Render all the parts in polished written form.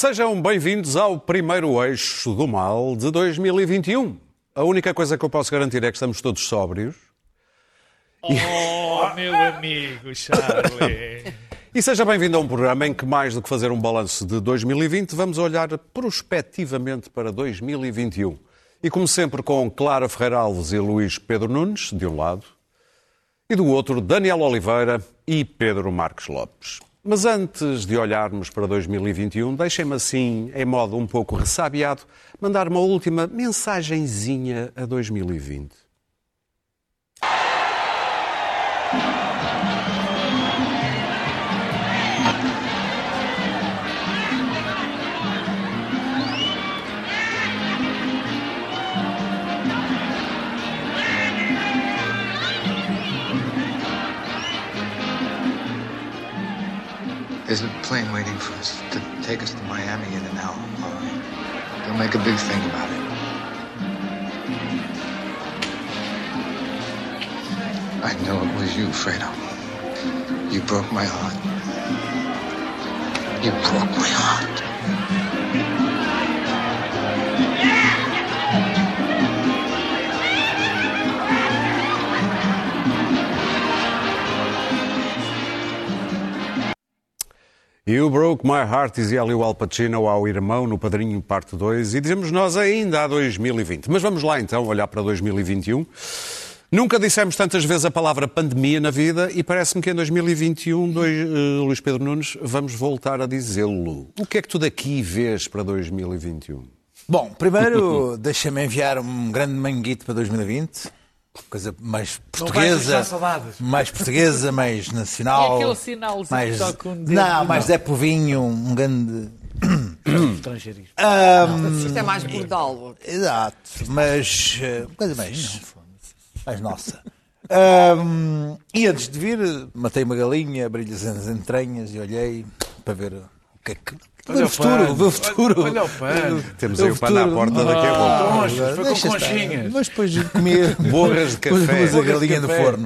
Sejam bem-vindos ao primeiro eixo do mal de 2021. A única coisa que eu posso garantir é que estamos todos sóbrios. Oh, meu amigo Charlie. E seja bem-vindo a um programa em que, mais do que fazer um balanço de 2020, vamos olhar prospectivamente para 2021. E como sempre, com Clara Ferreira Alves e Luís Pedro Nunes, de um lado, e do outro, Daniel Oliveira e Pedro Marques Lopes. Mas antes de olharmos para 2021, deixem-me assim, em modo um pouco ressabiado, mandar uma última mensagenzinha a 2020. There's a plane waiting for us to take us to Miami in an hour. All right. Don't make a big thing about it. I know it was you, Fredo. You broke my heart. You broke my heart. You Broke My Heart, dizia ali o Al Pacino ao irmão no Padrinho Parte 2, e dizemos nós ainda há 2020. Mas vamos lá então olhar para 2021. Nunca dissemos tantas vezes a palavra pandemia na vida e parece-me que em 2021, Luís Pedro Nunes, vamos voltar a dizê-lo. O que é que tu daqui vês para 2021? Bom, primeiro deixa-me enviar um grande manguito para 2020. Coisa mais portuguesa, mais nacional. E aquele sinalzinho mais... só com um dedo. Não, mais Zé Povinho, um grande... Estrangeirismo. Isto é mais bordal. Exato, mas coisa mais nossa. E antes de vir, matei uma galinha, abri-lhes as entranhas e olhei para ver o que é que... Ver o futuro. Olha o pano. Temos aí o pano à porta daqui a pouco. Foi com conchinhas. Mas depois comia borras de café. Pus a galinha no forno.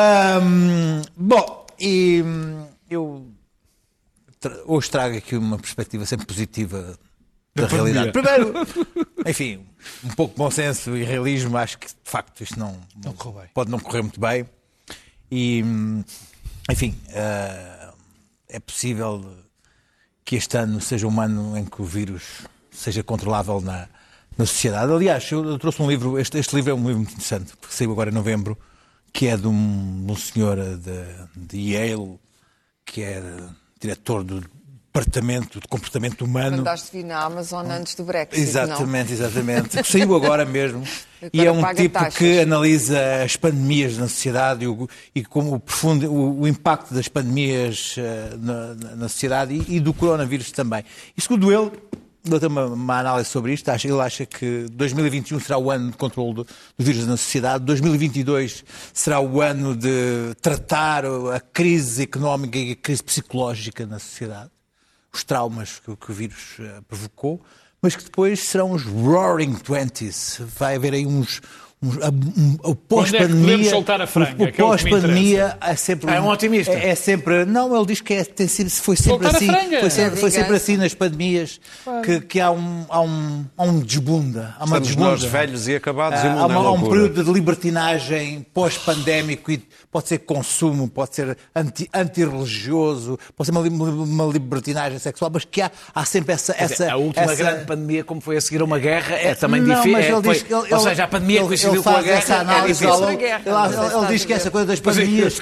Bom, e eu hoje trago aqui uma perspectiva sempre positiva da realidade. Primeiro, enfim, um pouco de bom senso e realismo. Acho que, de facto, isto não pode não correr muito bem. E, enfim, é possível que este ano seja um ano em que o vírus seja controlável na sociedade. Aliás, eu trouxe um livro, este livro é um livro muito interessante, porque saiu agora em novembro, que é de um senhor de Yale, que é diretor do Departamento de Comportamento Humano. Mandaste vir na Amazon antes do Brexit, exatamente. Saiu agora mesmo. E é um tipo que analisa as pandemias na sociedade e como o impacto das pandemias na sociedade e do coronavírus também. E segundo ele tem uma análise sobre isto. Ele acha que 2021 será o ano de controle do vírus na sociedade, 2022 será o ano de tratar a crise económica e a crise psicológica na sociedade, os traumas que o vírus provocou, mas que depois serão os Roaring Twenties. Vai haver aí o pós-pandemia. Podemos soltar a franga, o pós-pandemia é sempre... É um otimista. É sempre... Não, ele diz que foi sempre assim. Foi sempre assim nas pandemias, que há um desbunda. Há uma Estamos desbunda. nós velhos e acabados e o mundo é há um loucura. período de libertinagem pós-pandémico e pode ser consumo, pode ser antirreligioso, pode ser uma libertinagem sexual, mas que há sempre essa... A última grande pandemia, como foi a seguir a uma guerra, é também não, difícil. Mas Ou seja, a pandemia coincidiu com a guerra. Essa análise, ele diz que essa essa coisa das pandemias,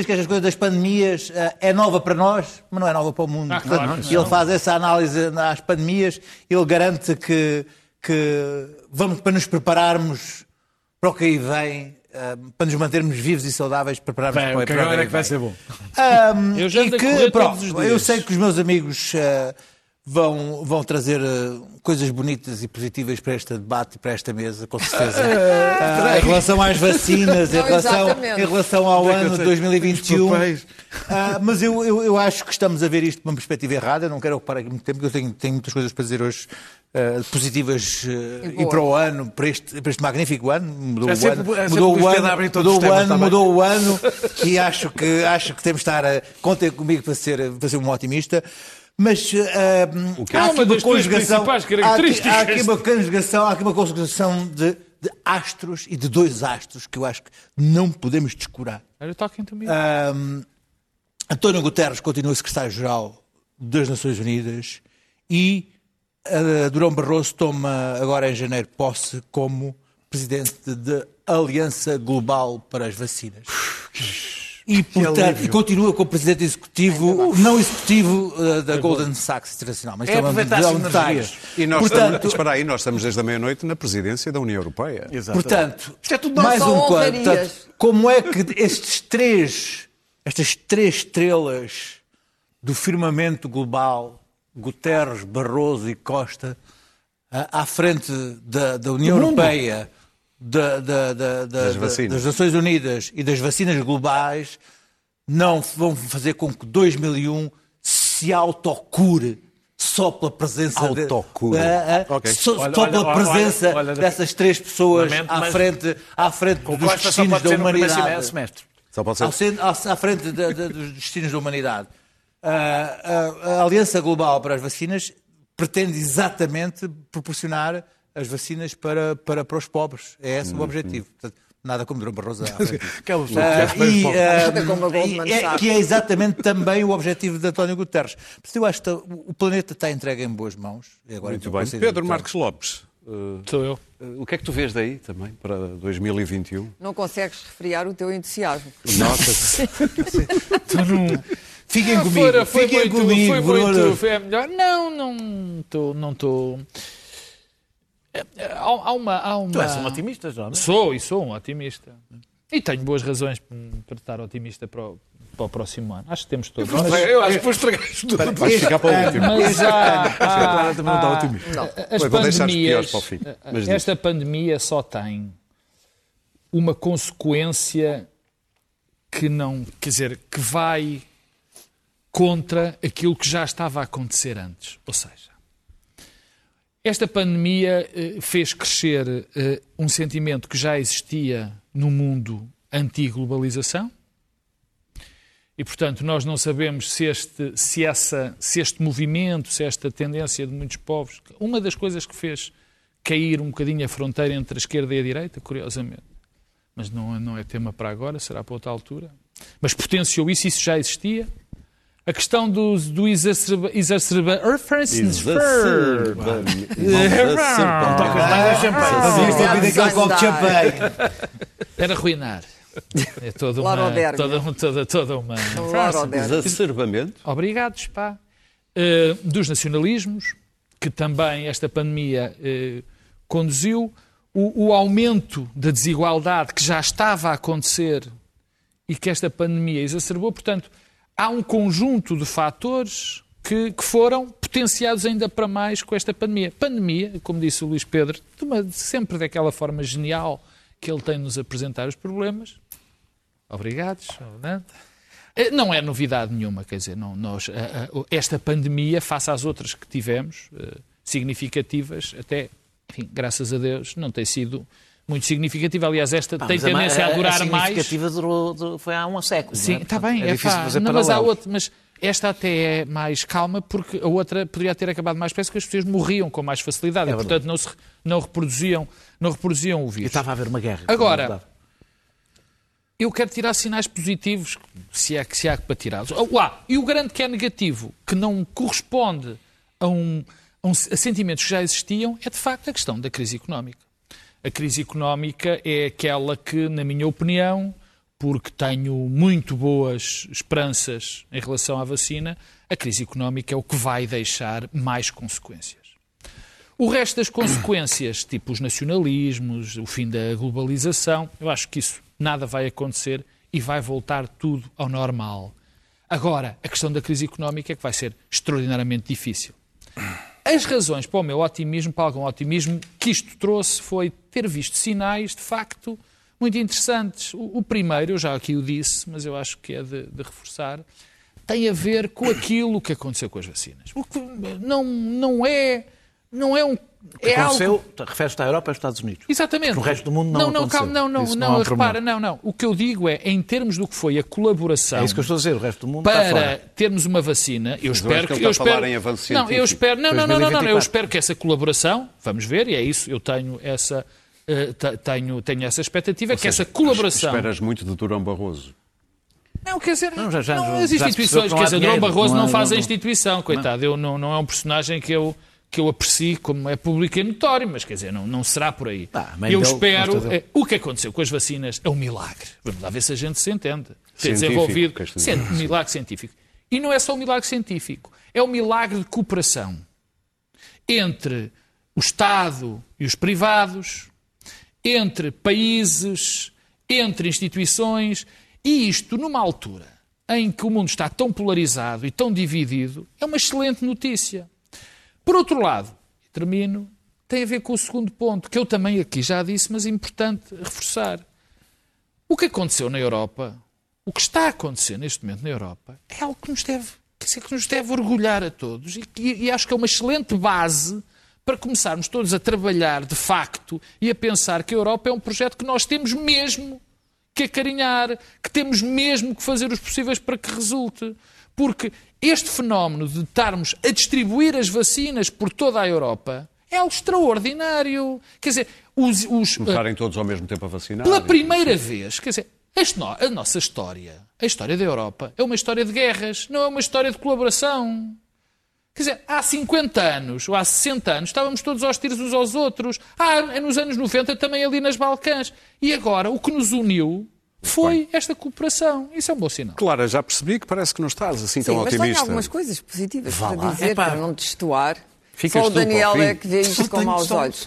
é nova para nós, mas não é nova para o mundo. Portanto, ele faz essa análise às pandemias, ele garante que vamos, para nos prepararmos para o que aí vem, para nos mantermos vivos e saudáveis, prepararmos para o que agora é que vai ser bom. Eu já ando a correr todos os dias. Eu sei que os meus amigos vão trazer coisas bonitas e positivas para este debate e para esta mesa, com certeza. Em relação às vacinas, em relação ao ano de 2021. Mas eu acho que estamos a ver isto de uma perspectiva errada. Eu não quero ocupar aqui muito tempo, porque eu tenho muitas coisas para dizer hoje positivas e para o ano, para este magnífico ano. Mudou o ano e acho que temos de estar. Contem comigo para ser um otimista. Mas há aqui uma conjugação, há aqui uma conjugação de astros e de dois astros que eu acho que não podemos descurar. António Guterres continua secretário-geral das Nações Unidas e Durão Barroso toma agora em janeiro posse como presidente da Aliança Global para as Vacinas. E, portanto, continua como presidente executivo, não executivo da Goldman Sachs Internacional, mas também um detalhe. E nós, portanto, espera aí, nós estamos desde a meia-noite na presidência da União Europeia. Exatamente. Portanto, isto é tudo mais um quadro. Portanto, como é que estas três estrelas do firmamento global, Guterres, Barroso e Costa, à frente da União Europeia, das Nações Unidas e das vacinas globais, não vão fazer com que 2001 se autocure só pela presença pela presença dessas três pessoas à frente dos destinos da humanidade. Só pode ser. À frente dos destinos da humanidade. A Aliança Global para as Vacinas pretende exatamente proporcionar as vacinas para os pobres. É esse o objetivo. Portanto, nada como Durão Barroso. Que é exatamente também o objetivo de António Guterres. Portanto, eu acho que o planeta está entregue em boas mãos. E agora, muito bem. Pedro Marcos Lopes. Sou eu. O que é que tu vês daí também para 2021? Não consegues resfriar o teu entusiasmo. Nota-se. Fiquem comigo. Fiquem comigo. Foi a melhor. Não estou. Há uma... Tu és um otimista, João? Sou um otimista. E tenho boas razões para estar otimista para o próximo ano. Acho que temos todos. Eu acho que vou estragar isto tudo. Vais ficar para o último. Mas Clara também não está otimista. Vou deixar os piores para o fim. Esta pandemia só tem uma consequência que não... Quer dizer, que vai contra aquilo que já estava a acontecer antes. Ou seja, esta pandemia fez crescer um sentimento que já existia no mundo anti-globalização e, portanto, nós não sabemos se este movimento, se esta tendência de muitos povos... Uma das coisas que fez cair um bocadinho a fronteira entre a esquerda e a direita, curiosamente, mas não é tema para agora, será para outra altura, mas potenciou isso já existia. A questão do era arruinar. É toda uma exacerbamento. Obrigados, pá. Dos nacionalismos, que também esta pandemia conduziu, o aumento da desigualdade que já estava a acontecer e que esta pandemia exacerbou, portanto, há um conjunto de fatores que foram potenciados ainda para mais com esta pandemia. Pandemia, como disse o Luís Pedro, sempre daquela forma genial que ele tem de nos apresentar os problemas. Obrigados. Não é novidade nenhuma, quer dizer, esta pandemia, face às outras que tivemos, significativas, até, enfim, graças a Deus, não tem sido muito significativa. Aliás, esta tem tendência a durar mais. A significativa foi há um século. Sim, está bem. Mas esta até é mais calma porque a outra poderia ter acabado mais depressa porque as pessoas morriam com mais facilidade e, portanto, não reproduziam o vírus. E estava a haver uma guerra. Agora, eu quero tirar sinais positivos, se há para tirá-los. E o grande que é negativo, que não corresponde a sentimentos que já existiam, é de facto a questão da crise económica. A crise económica é aquela que, na minha opinião, porque tenho muito boas esperanças em relação à vacina, a crise económica é o que vai deixar mais consequências. O resto das consequências, tipo os nacionalismos, o fim da globalização, eu acho que isso nada vai acontecer e vai voltar tudo ao normal. Agora, a questão da crise económica é que vai ser extraordinariamente difícil. As razões para o meu otimismo, para algum otimismo, que isto trouxe foi ter visto sinais, de facto, muito interessantes. O primeiro, eu já aqui o disse, mas eu acho que é de reforçar, tem a ver com aquilo que aconteceu com as vacinas. O que não é O que aconteceu, refere-se à Europa e aos Estados Unidos. Exatamente. No resto do mundo não aconteceu. Repara, O que eu digo é, em termos do que foi a colaboração... É isso que eu estou a dizer, o resto do mundo está fora. Para termos uma vacina, eu espero que... Eu espero que essa colaboração, vamos ver, e é isso, eu tenho essa... Tenho essa expectativa, que essa colaboração... Esperas muito de Durão Barroso. Não, quer dizer, as instituições, quer dizer, Durão Barroso não faz a instituição, coitado, não é um personagem que eu aprecio, como é público e notório, mas quer dizer, não será por aí. Eu espero... o que aconteceu com as vacinas é um milagre. Vamos lá ver se a gente se entende. Ter desenvolvido um milagre científico. E não é só um milagre científico, é um milagre de cooperação entre o Estado e os privados, entre países, entre instituições, e isto numa altura em que o mundo está tão polarizado e tão dividido, é uma excelente notícia. Por outro lado, e termino, tem a ver com o segundo ponto, que eu também aqui já disse, mas é importante reforçar. O que aconteceu na Europa, o que está a acontecer neste momento na Europa, é algo que nos deve orgulhar a todos e acho que é uma excelente base para começarmos todos a trabalhar de facto e a pensar que a Europa é um projeto que nós temos mesmo que acarinhar, que temos mesmo que fazer os possíveis para que resulte. Porque este fenómeno de estarmos a distribuir as vacinas por toda a Europa é algo extraordinário. Quer dizer, começarem todos ao mesmo tempo a vacinar. Pela primeira vez, quer dizer, a nossa história, a história da Europa, é uma história de guerras, não é uma história de colaboração. Quer dizer, há 50 anos ou há 60 anos estávamos todos aos tiros uns aos outros. Nos anos 90 também ali nas Balcãs. E agora o que nos uniu foi esta cooperação. Isso é um bom sinal. Clara, já percebi que parece que não estás assim tão otimista. Mas tenho algumas coisas positivas para dizer, para não destoar. Ficas só o Daniel é que vê isto com maus olhos.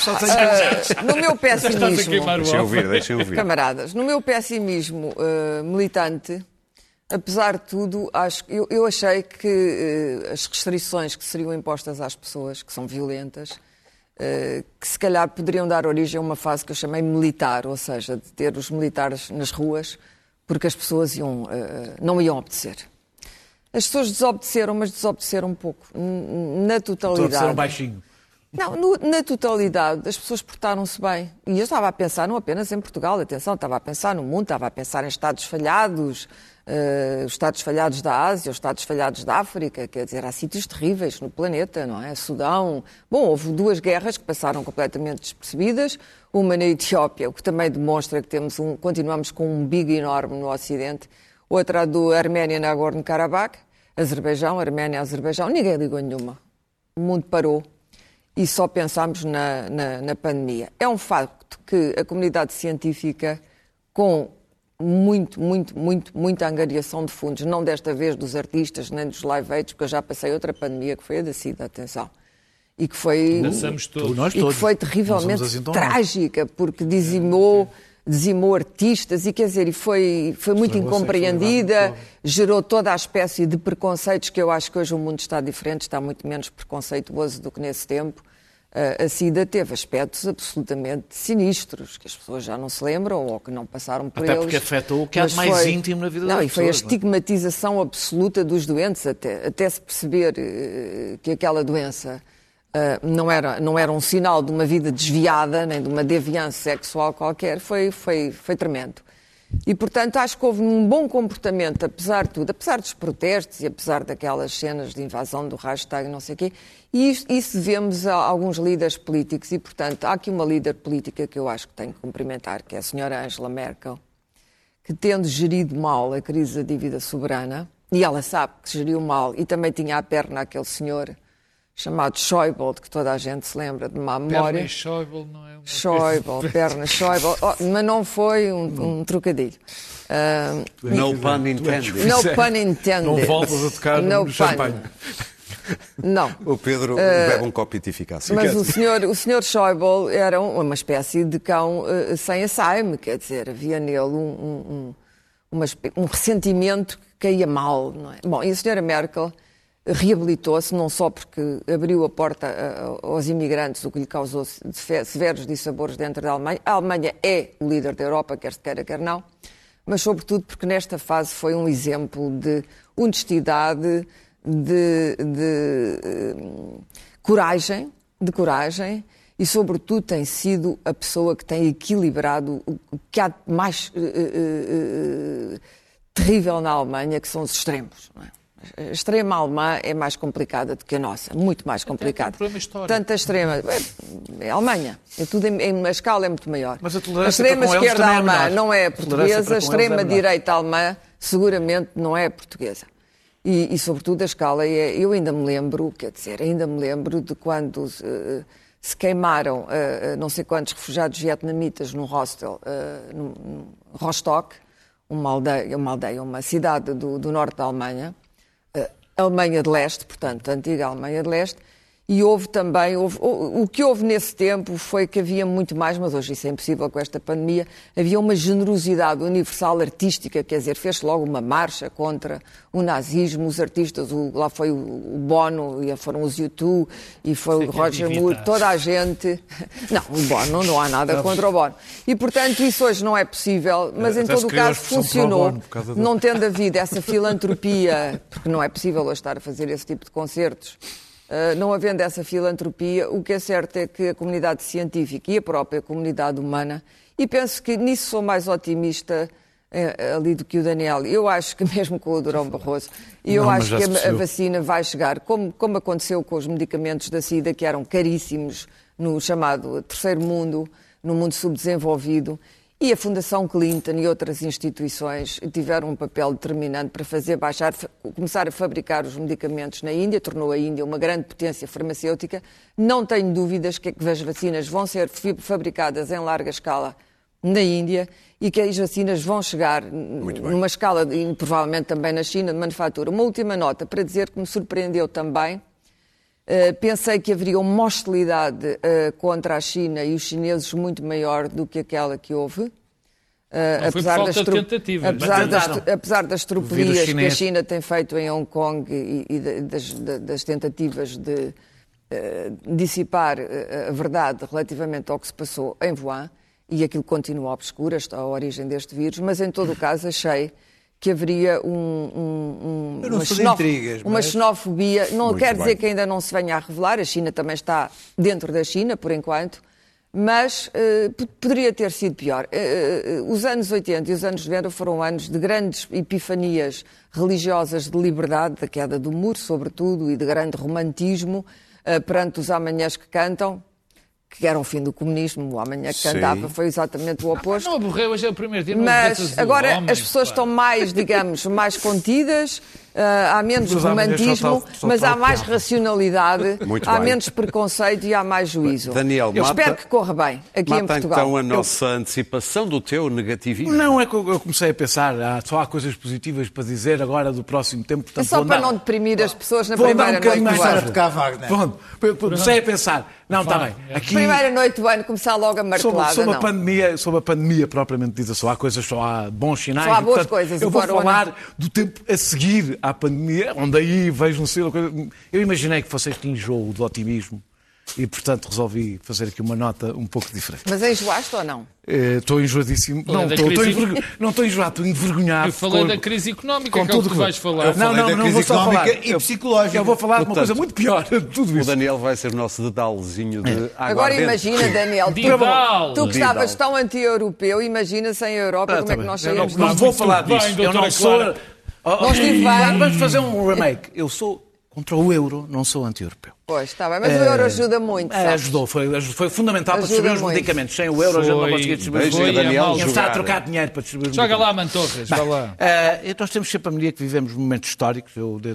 No meu pessimismo... Deixa eu ouvir. Camaradas, no meu pessimismo militante, apesar de tudo, eu achei que as restrições que seriam impostas às pessoas, que são violentas, que se calhar poderiam dar origem a uma fase que eu chamei militar, ou seja, de ter os militares nas ruas, porque as pessoas não iam obedecer. As pessoas desobedeceram, mas desobedeceram um pouco. Na totalidade. Desobedeceram baixinho. Não, na totalidade, as pessoas portaram-se bem. E eu estava a pensar não apenas em Portugal, atenção, estava a pensar no mundo, estava a pensar em Estados falhados, os Estados falhados da Ásia, os Estados falhados da África, quer dizer, há sítios terríveis no planeta, não é? Sudão. Bom, houve 2 guerras que passaram completamente despercebidas, uma na Etiópia, o que também demonstra que continuamos com um big enorme no Ocidente, outra do Arménia, Nagorno-Karabakh, Arménia, Azerbaijão, ninguém ligou nenhuma. O mundo parou e só pensámos na pandemia. É um facto que a comunidade científica, com muita angariação de fundos, não desta vez dos artistas nem dos live aids, porque eu já passei outra pandemia que foi a da SIDA, atenção, e que foi terrivelmente trágica, porque dizimou artistas e, quer dizer, e foi muito incompreendida, gerou toda a espécie de preconceitos que eu acho que hoje o mundo está diferente, está muito menos preconceituoso do que nesse tempo. A SIDA teve aspectos absolutamente sinistros, que as pessoas já não se lembram ou que não passaram por eles. Até porque afetou o que há de mais íntimo na vida das pessoas. E foi a estigmatização absoluta dos doentes, até se perceber que aquela doença não era um sinal de uma vida desviada, nem de uma deviância sexual qualquer, foi tremendo. E, portanto, acho que houve um bom comportamento, apesar de tudo, apesar dos protestos e apesar daquelas cenas de invasão do hashtag não sei o quê, e isso devemos a alguns líderes políticos e, portanto, há aqui uma líder política que eu acho que tenho que cumprimentar, que é a senhora Angela Merkel, que tendo gerido mal a crise da dívida soberana, e ela sabe que geriu mal, e também tinha à perna aquele senhor chamado Schäuble, de que toda a gente se lembra de má memória. Perna e Schäuble não é uma Schäuble, perna, Schäuble. Mas não foi um trocadilho. No pun intended. No pun intended. Não voltas a tocar no champanhe. Não. O Pedro bebe um copo e te fica assim. Mas o senhor Schäuble era uma espécie de cão sem açaime, quer dizer, havia nele um ressentimento que caía mal, não é? Bom, e a senhora Merkel reabilitou-se, não só porque abriu a porta aos imigrantes, o que lhe causou severos dissabores dentro da Alemanha. A Alemanha é o líder da Europa, quer se queira, quer não, mas sobretudo porque nesta fase foi um exemplo de honestidade, de coragem, de coragem e, sobretudo, tem sido a pessoa que tem equilibrado o que há de mais terrível na Alemanha, que são os extremos. Não é? A extrema alemã é mais complicada do que a nossa, muito mais complicada. Tanto a extrema... É a Alemanha. É tudo a escala é muito maior. Mas a extrema esquerda alemã não é portuguesa, a extrema direita alemã seguramente não é portuguesa. E sobretudo, a escala é... Eu ainda me lembro de quando se queimaram não sei quantos refugiados vietnamitas num hostel, no Rostock, uma cidade do norte da Alemanha, Alemanha de Leste, portanto, a antiga Alemanha de Leste, e houve também, o que houve nesse tempo foi que havia muito mais, mas hoje isso é impossível com esta pandemia, havia uma generosidade universal artística, quer dizer, fez logo uma marcha contra o nazismo, os artistas, lá foi o Bono, e foram os U2, e foi o Roger Moore, toda a gente... Não, o Bono, não há nada contra o Bono. E, portanto, isso hoje não é possível, mas em todo o caso funcionou, não tendo havido essa filantropia, porque não é possível hoje estar a fazer esse tipo de concertos. Não havendo essa filantropia, o que é certo é que a comunidade científica e a própria comunidade humana, e penso que nisso sou mais otimista ali do que o Daniel, eu acho que mesmo com o Durão Barroso, eu acho que a vacina vai chegar, como aconteceu com os medicamentos da SIDA, que eram caríssimos no chamado terceiro mundo, no mundo subdesenvolvido, e a Fundação Clinton e outras instituições tiveram um papel determinante para começar a fabricar os medicamentos na Índia, tornou a Índia uma grande potência farmacêutica. Não tenho dúvidas que as vacinas vão ser fabricadas em larga escala na Índia e que as vacinas vão chegar numa escala, e provavelmente também na China, de manufatura. Uma última nota para dizer que me surpreendeu também. Pensei que haveria uma hostilidade contra a China e os chineses muito maior do que aquela que houve. Apesar das tropelias que a China tem feito em Hong Kong e das tentativas de dissipar a verdade relativamente ao que se passou em Wuhan, e aquilo continua obscuro, a origem deste vírus, mas em todo o caso achei que haveria uma xenofobia. Não quer dizer que ainda não se venha a revelar, a China também está dentro da China, por enquanto, mas poderia ter sido pior. Os anos 80 e os anos 90 foram anos de grandes epifanias religiosas de liberdade, da queda do muro, sobretudo, e de grande romantismo perante os amanhãs que cantam, que era o fim do comunismo, o amanhã que cantava foi exatamente o oposto. Não aborreu, hoje é o primeiro dia. Mas agora as pessoas estão mais, digamos, mais contidas, há menos romantismo, mas há mais racionalidade, há menos preconceito e há mais juízo. Daniel, eu espero que corra bem aqui em Portugal. Então a nossa antecipação do teu negativismo. Não, é que eu comecei a pensar, só há coisas positivas para dizer agora do próximo tempo. Portanto, é só para não deprimir as pessoas na primeira noite do ano. Comecei a pensar, não, está bem. Aqui, primeira noite do ano, começar logo a martelada. Sobre a pandemia propriamente dita, só há bons sinais. Só há boas coisas. Eu vou falar do tempo a seguir à pandemia, onde aí vejo um selo. Eu imaginei que vocês tinham enjoo do otimismo e, portanto, resolvi fazer aqui uma nota um pouco diferente. Mas enjoaste ou não? Estou enjoadíssimo. Não estou enjoado, estou envergonhado. Eu falei da crise económica, com que é o que vais falar. Não vou só falar. E psicológica. Eu vou falar de uma coisa muito pior. Tudo isso. O Daniel vai ser o nosso dedalzinho de Agora imagina, Daniel, tu que estavas tão anti-europeu, imagina sem a Europa, como é que nós saímos? Não vou falar disso. Eu não sou... Não estive bem. Vamos fazer um remake. Eu sou contra o euro, não sou anti-europeu. Pois, está bem, mas o euro ajuda muito. Ajudou, foi fundamental para distribuir os medicamentos. Sem o euro a gente não conseguia distribuir. Daniel está a trocar dinheiro para distribuir os medicamentos. Joga lá, Mantorras, vai lá. Nós temos sempre a mania que vivemos momentos históricos.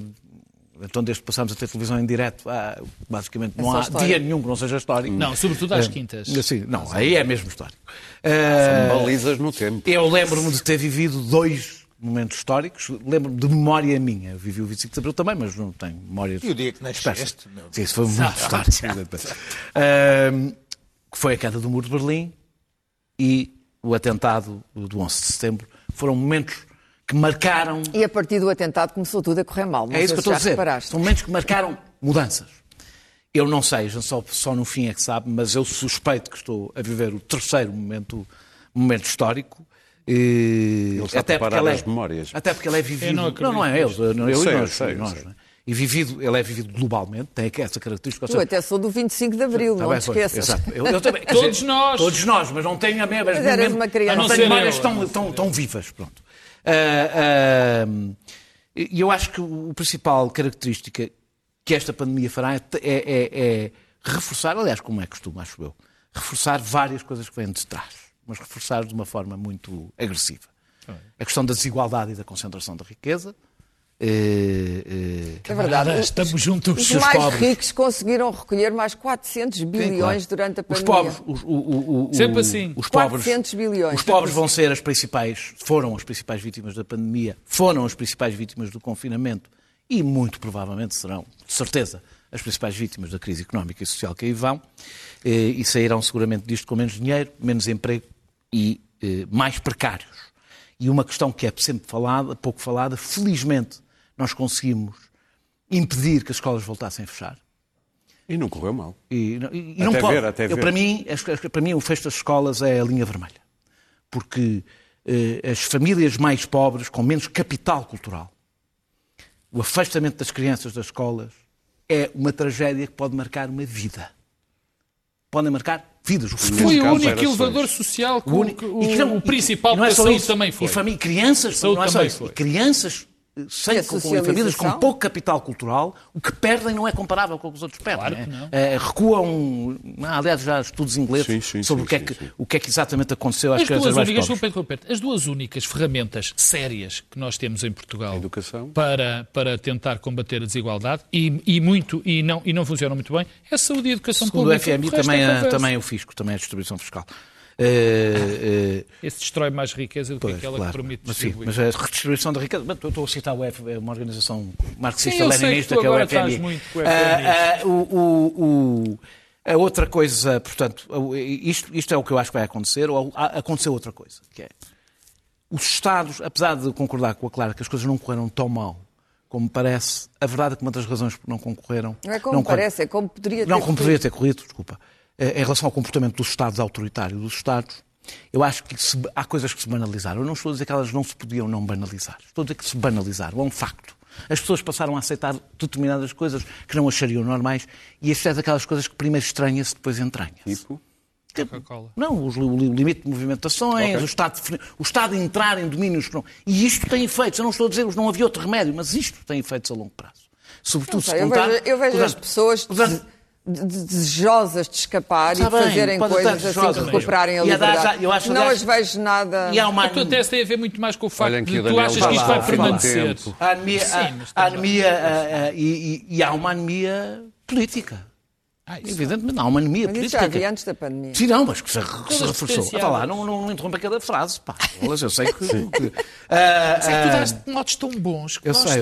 Então, desde que passámos a ter televisão em direto, basicamente não há dia nenhum que não seja histórico. Não, sobretudo às quintas. Sim, não, aí é mesmo histórico. São balizas no tempo. Eu lembro-me de ter vivido 2 momentos históricos. Lembro-me de memória minha. Eu vivi o 25 de Abril também, mas não tenho memória. E o dia que nasceste? Sim, isso foi muito histórico. Que foi a queda do Muro de Berlim e o atentado do 11 de setembro. Foram momentos que marcaram... E a partir do atentado começou tudo a correr mal. Não é isso que eu estou a dizer. Reparaste. São momentos que marcaram mudanças. Eu não sei, só no fim é que sabe, mas eu suspeito que estou a viver o terceiro momento histórico. Ele está a preparar as memórias. Até porque ele é vivido... Não é eu e nós. ele é vivido globalmente, tem essa característica. Eu até sou do 25 de Abril, não te esqueças. Exato. Eu também, Todos nós. Todos nós, mas não tenho a mesma. Mas eras uma criança. Não tenho memórias tão vivas. Pronto. E eu acho que a principal característica que esta pandemia fará é reforçar, aliás, como é costume, acho eu, reforçar várias coisas que vêm de trás, mas reforçar de uma forma muito agressiva. A questão da desigualdade e da concentração da riqueza. É verdade. Estamos juntos. Os mais ricos conseguiram recolher mais 400 bilhões durante a pandemia. Os pobres, sempre assim. Os pobres, 400 bilhões. Os pobres vão ser foram as principais vítimas da pandemia, foram as principais vítimas do confinamento e muito provavelmente serão, de certeza, as principais vítimas da crise económica e social que aí vão, e sairão seguramente disto com menos dinheiro, menos emprego e mais precários. E uma questão que é sempre falada, pouco falada, felizmente nós conseguimos impedir que as escolas voltassem a fechar. E não correu mal. E não pode. Até ver. Para mim, o fecho das escolas é a linha vermelha. Porque as famílias mais pobres, com menos capital cultural, o afastamento das crianças das escolas é uma tragédia que pode marcar uma vida. Podem marcar vidas. Foi o único elevador social que o principal da saúde também foi. E crianças, não é só isso. E crianças com famílias com pouco capital cultural, o que perdem não é comparável com o que os outros perdem. Claro que não. Recuam, aliás, já há estudos ingleses sobre o que é que exatamente aconteceu às crianças mais pobres. As duas únicas ferramentas sérias que nós temos em Portugal educação. Para tentar combater a desigualdade e não funcionam muito bem é a saúde e a educação pública. Segundo o FMI também o fisco, também a distribuição fiscal. Esse destrói mais riqueza do que aquela que permite distribuir. Mas a redistribuição da riqueza... Estou a citar uma organização marxista-leninista, que é o FMI. A outra coisa, portanto, isto é o que eu acho que vai acontecer, ou aconteceu outra coisa, que é os Estados, apesar de concordar com a Clara que as coisas não correram tão mal como parece, a verdade é que uma das razões por não concorreram... Não é como parece, é como poderia ter poderia ter corrido, desculpa. Em relação ao comportamento dos Estados, autoritário dos Estados, eu acho que há coisas que se banalizaram. Eu não estou a dizer que elas não se podiam não banalizar. Estou a dizer que se banalizaram. É um facto. As pessoas passaram a aceitar determinadas coisas que não achariam normais e isto é daquelas coisas que primeiro estranha-se, depois entranha-se. Tipo? Coca-Cola. Não, o limite de movimentações, o Estado de entrar em domínios que não... E isto tem efeitos. Eu não estou a dizer que não havia outro remédio, mas isto tem efeitos a longo prazo. Sobretudo se contar... Eu vejo as pessoas... desejosas de escapar e de fazerem coisas assim que recuperarem a liberdade. Não as vejo nada... Tu até tem a ver muito mais com o facto de tu achas que isto vai permanecer. A anemia e há uma anemia política. Evidentemente, há uma anemia política. Isso já havia antes da pandemia. Sim, não, mas que se reforçou. Está lá, não interrompa cada frase. Pá. Eu sei que... Sei que tu dás modos tão bons que eu sei.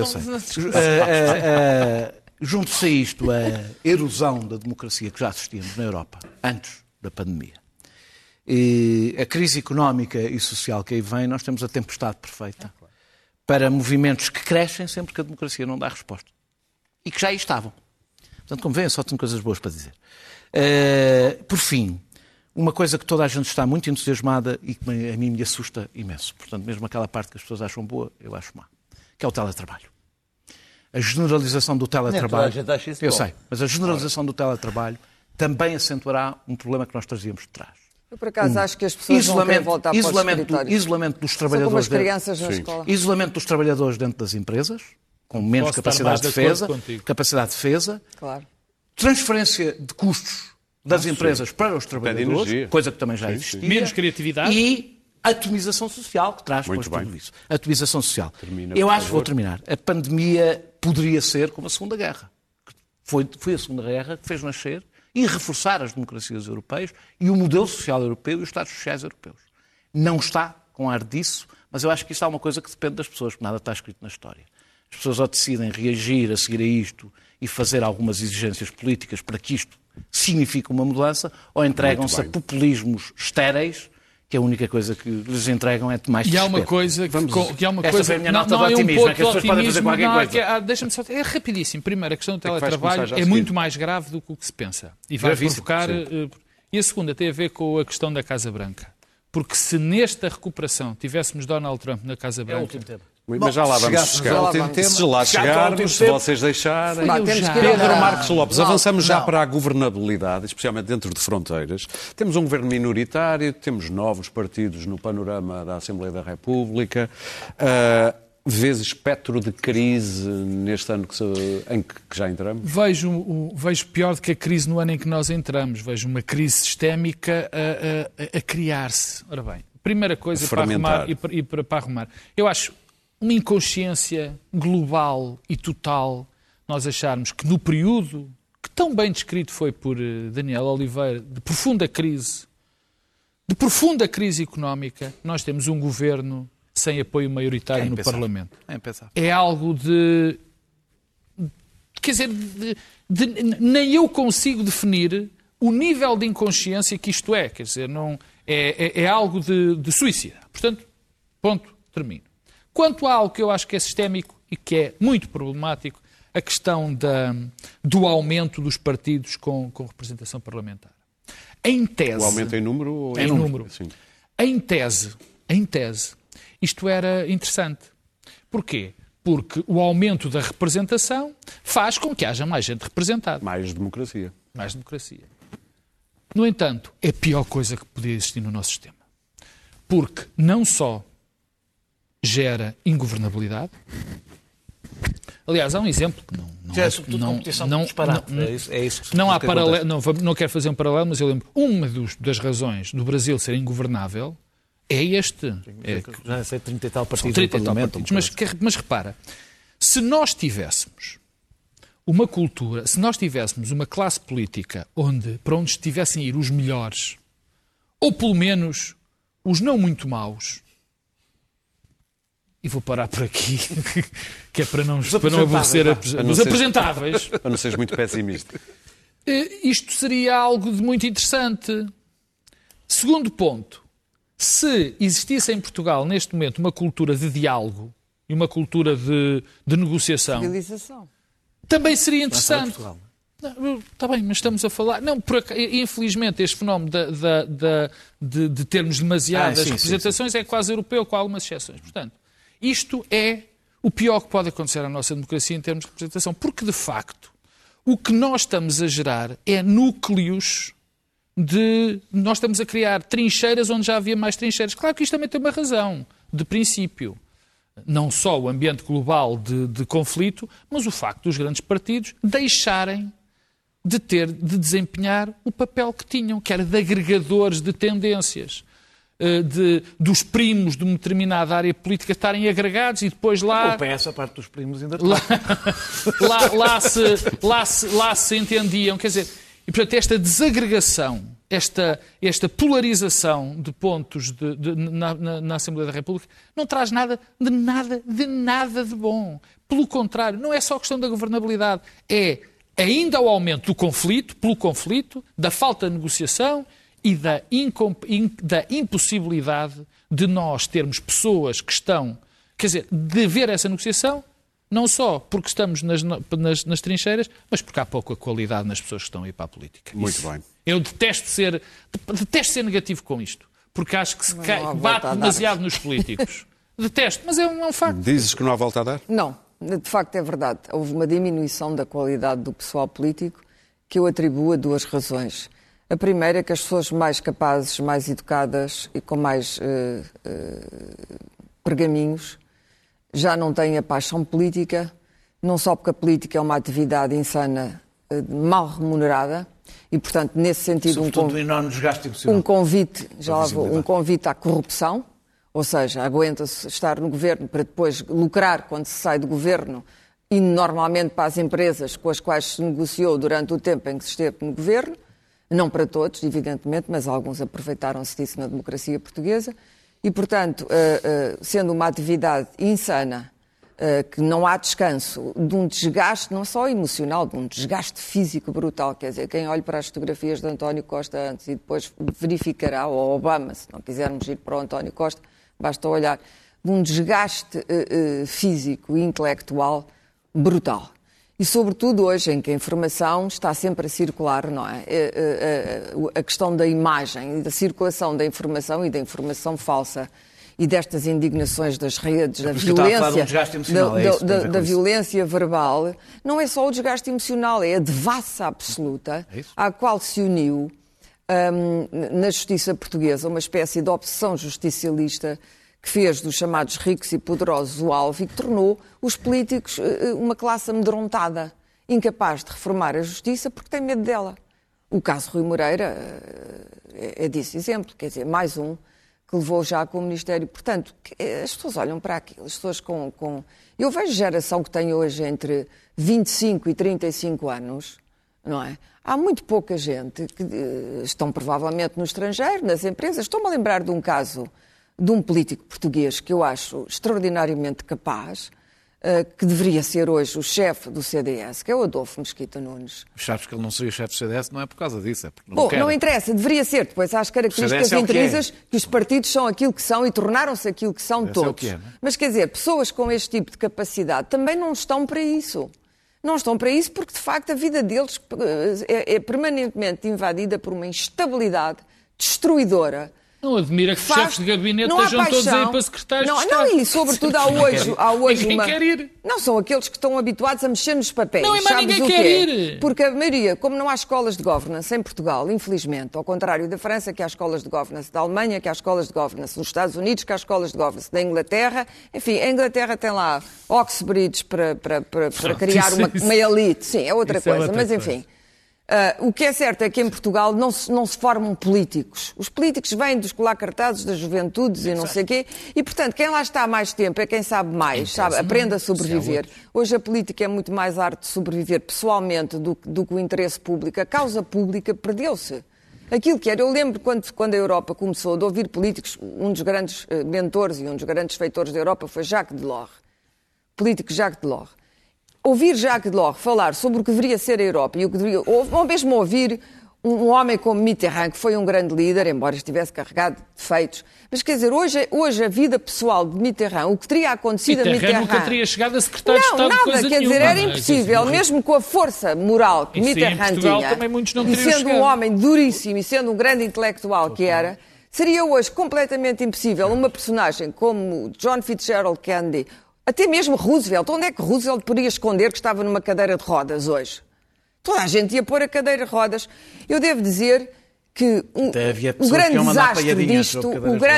Junto-se a isto, a erosão da democracia que já assistíamos na Europa, antes da pandemia, e a crise económica e social que aí vem, nós temos a tempestade perfeita para movimentos que crescem sempre que a democracia não dá resposta. E que já aí estavam. Portanto, como veem, só tenho coisas boas para dizer. Por fim, uma coisa que toda a gente está muito entusiasmada e que a mim me assusta imenso, portanto, mesmo aquela parte que as pessoas acham boa, eu acho má, que é o teletrabalho. A generalização do teletrabalho... Eu sei, mas a generalização do teletrabalho também acentuará um problema que nós trazíamos de trás. Eu, por acaso, acho que as pessoas não querem voltar para os escritórios. Isolamento dos trabalhadores... São como as crianças na escola. Isolamento dos trabalhadores dentro das empresas, com menos capacidade de defesa. Claro. Transferência de custos das empresas para os trabalhadores, coisa que também já existia. Menos criatividade. E atomização social, que traz depois tudo isso. Atomização social. Eu acho que vou terminar. A pandemia poderia ser como a Segunda Guerra. Foi a Segunda Guerra que fez nascer e reforçar as democracias europeias e o modelo social europeu e os Estados sociais europeus. Não está com ar disso, mas eu acho que isso é uma coisa que depende das pessoas, porque nada está escrito na história. As pessoas ou decidem reagir a seguir a isto e fazer algumas exigências políticas para que isto signifique uma mudança, ou entregam-se a populismos estéreis, que a única coisa que lhes entregam é mais desespero. E há uma coisa que é a minha nota de otimismo, é que as pessoas podem fazer qualquer coisa. Deixa-me só... É rapidíssimo. Primeiro, a questão do teletrabalho é muito mais grave do que o que se pensa. E vai provocar... E a segunda tem a ver com a questão da Casa Branca. Porque se nesta recuperação tivéssemos Donald Trump na Casa Branca... Mas já lá vamos chegar. Se lá chegarmos, se vocês deixarem. Pedro Marcos Lopes, avançamos já para a governabilidade, especialmente dentro de fronteiras. Temos um governo minoritário, temos novos partidos no panorama da Assembleia da República. Vês espectro de crise neste ano em que já entramos? Vejo pior do que a crise no ano em que nós entramos. Vejo uma crise sistémica a criar-se. Ora bem, primeira coisa para arrumar. Eu acho uma inconsciência global e total nós acharmos que no período que tão bem descrito foi por Daniel Oliveira, de profunda crise económica, nós temos um governo sem apoio maioritário no Parlamento. É algo de... Quer dizer, nem eu consigo definir o nível de inconsciência que isto é. Quer dizer, não, é algo de suicida. Portanto, ponto, termino. Quanto a algo que eu acho que é sistémico e que é muito problemático, a questão do aumento dos partidos com representação parlamentar. Em tese... O aumento em número? Ou em número. Assim. Em tese, isto era interessante. Porquê? Porque o aumento da representação faz com que haja mais gente representada. Mais democracia. No entanto, é a pior coisa que podia existir no nosso sistema. Porque não só gera ingovernabilidade. Aliás, há um exemplo que não quero fazer um paralelo, mas eu lembro, uma das razões do Brasil ser ingovernável é este. Já sei 30 e tal partidos no Parlamento. Mas repara, se nós tivéssemos uma cultura, se nós tivéssemos uma classe política para onde estivessem a ir os melhores, ou pelo menos os não muito maus, e vou parar por aqui, que é para não aborrecer os apresentáveis. Para não seres muito pessimista. Isto seria algo de muito interessante. Segundo ponto, se existisse em Portugal, neste momento, uma cultura de diálogo e uma cultura de negociação, também seria interessante. Está bem, mas estamos a falar... Não, infelizmente, este fenómeno de termos demasiadas representações é quase europeu, com algumas exceções. Portanto, isto é o pior que pode acontecer à nossa democracia em termos de representação, porque, de facto, o que nós estamos a gerar é núcleos nós estamos a criar trincheiras onde já havia mais trincheiras. Claro que isto também tem uma razão, de princípio. Não só o ambiente global de conflito, mas o facto dos grandes partidos deixarem de desempenhar o papel que tinham, que era de agregadores de tendências. Dos primos de uma determinada área política estarem agregados e depois lá... Ou essa parte dos primos ainda lá se entendiam. Quer dizer, e portanto esta desagregação, esta polarização de pontos na Assembleia da República não traz nada de bom. Pelo contrário, não é só questão da governabilidade, é ainda o aumento do conflito, pelo conflito, da falta de negociação e da impossibilidade de nós termos pessoas que estão... Quer dizer, de ver essa negociação, não só porque estamos nas trincheiras, mas porque há pouca qualidade nas pessoas que estão a ir para a política. Muito bem. Eu detesto ser negativo com isto, porque acho que se bate demasiado nos políticos. Detesto, mas é um facto. Dizes que não há volta a dar? Não, de facto é verdade. Houve uma diminuição da qualidade do pessoal político que eu atribuo a duas razões. A primeira é que as pessoas mais capazes, mais educadas e com mais pergaminhos já não têm a paixão política, não só porque a política é uma atividade insana, mal remunerada, e, portanto, nesse sentido, um convite à corrupção, ou seja, aguenta-se estar no governo para depois lucrar quando se sai do governo e, normalmente, para as empresas com as quais se negociou durante o tempo em que se esteve no governo. Não para todos, evidentemente, mas alguns aproveitaram-se disso na democracia portuguesa. E, portanto, sendo uma atividade insana, que não há descanso, de um desgaste, não só emocional, de um desgaste físico brutal. Quer dizer, quem olha para as fotografias de António Costa antes e depois verificará, ou Obama, se não quisermos ir para o António Costa, basta olhar, de um desgaste físico e intelectual brutal. E, sobretudo, hoje, em que a informação está sempre a circular, não é? A questão da imagem, da circulação da informação e da informação falsa e destas indignações das redes, da violência verbal, não é só o desgaste emocional, é a devassa absoluta à qual se uniu na justiça portuguesa uma espécie de obsessão justicialista que fez dos chamados ricos e poderosos o alvo e que tornou os políticos uma classe amedrontada, incapaz de reformar a justiça porque tem medo dela. O caso Rui Moreira é disso exemplo, quer dizer, mais um que levou já com o Ministério. Portanto, as pessoas olham para aquilo, as pessoas com... Eu vejo a geração que tem hoje entre 25 e 35 anos, não é? Há muito pouca gente que estão provavelmente no estrangeiro, nas empresas. Estou-me a lembrar de um caso de um político português que eu acho extraordinariamente capaz, que deveria ser hoje o chefe do CDS, que é o Adolfo Mesquita Nunes. Sabes que ele não seria chefe do CDS, não é por causa disso, é porque não quer. Não interessa, deveria ser. Depois há as características intrínsecas que os partidos são aquilo que são e tornaram-se aquilo que são todos. Que é, não é? Mas quer dizer, pessoas com este tipo de capacidade também não estão para isso. Não estão para isso porque, de facto, a vida deles é permanentemente invadida por uma instabilidade destruidora. Não admira que os chefes de gabinete estejam todos aí para secretários de Estado. Não, e sobretudo há hoje ninguém quer ir. Não, são aqueles que estão habituados a mexer nos papéis. Não, mas ninguém quer ir. Porque a maioria, como não há escolas de governance em Portugal, infelizmente, ao contrário da França, que há escolas de governance, da Alemanha, que há escolas de governance, nos Estados Unidos, que há escolas de governance, da Inglaterra. Enfim, a Inglaterra tem lá Oxbridge para criar uma elite. Sim, é outra coisa, mas enfim... o que é certo é que em Portugal não se formam políticos. Os políticos vêm dos colar cartazes das juventudes e não sei o quê. E, portanto, quem lá está há mais tempo é quem sabe mais, aprende a sobreviver. Hoje a política é muito mais arte de sobreviver pessoalmente do que o interesse público. A causa pública perdeu-se. Aquilo que era, eu lembro quando a Europa começou de ouvir políticos, um dos grandes mentores e um dos grandes feitores da Europa foi Jacques Delors. Político Jacques Delors. Ouvir Jacques Delors falar sobre o que deveria ser a Europa e o que deveria, ou mesmo ouvir um homem como Mitterrand, que foi um grande líder, embora estivesse carregado de defeitos, mas quer dizer, hoje a vida pessoal de Mitterrand, o que teria acontecido a Mitterrand... nunca teria chegado a secretário de Estado de coisa quer dizer, nenhuma, era impossível, mesmo com a força moral que Mitterrand tinha, e sendo um homem duríssimo e sendo um grande intelectual que era, seria hoje completamente impossível uma personagem como John Fitzgerald Kennedy, até mesmo Roosevelt. Onde é que Roosevelt poderia esconder que estava numa cadeira de rodas hoje? Toda a gente ia pôr a cadeira de rodas. Eu devo dizer que o grande desastre disto,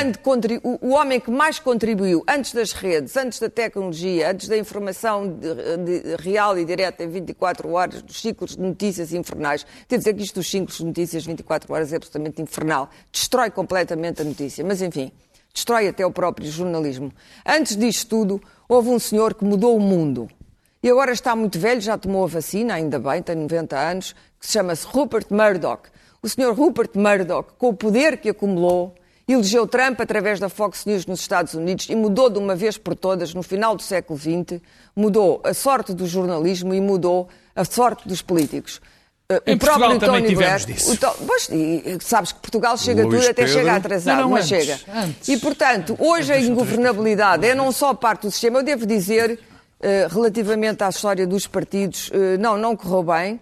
o homem que mais contribuiu antes das redes, antes da tecnologia, antes da informação real e direta em 24 horas, dos ciclos de notícias infernais, devo dizer que isto dos ciclos de notícias 24 horas é absolutamente infernal. Destrói completamente a notícia. Mas, enfim, destrói até o próprio jornalismo. Antes disto tudo, houve um senhor que mudou o mundo. E agora está muito velho, já tomou a vacina, ainda bem, tem 90 anos, que se chama-se Rupert Murdoch. O senhor Rupert Murdoch, com o poder que acumulou, elegeu Trump através da Fox News nos Estados Unidos e mudou de uma vez por todas, no final do século XX, mudou a sorte do jornalismo e mudou a sorte dos políticos. Em Portugal também tivemos disso. Sabes que Portugal chega tudo, até chega atrasado, mas chega. E, portanto, hoje a ingovernabilidade é não só parte do sistema. Eu devo dizer, relativamente à história dos partidos, não correu bem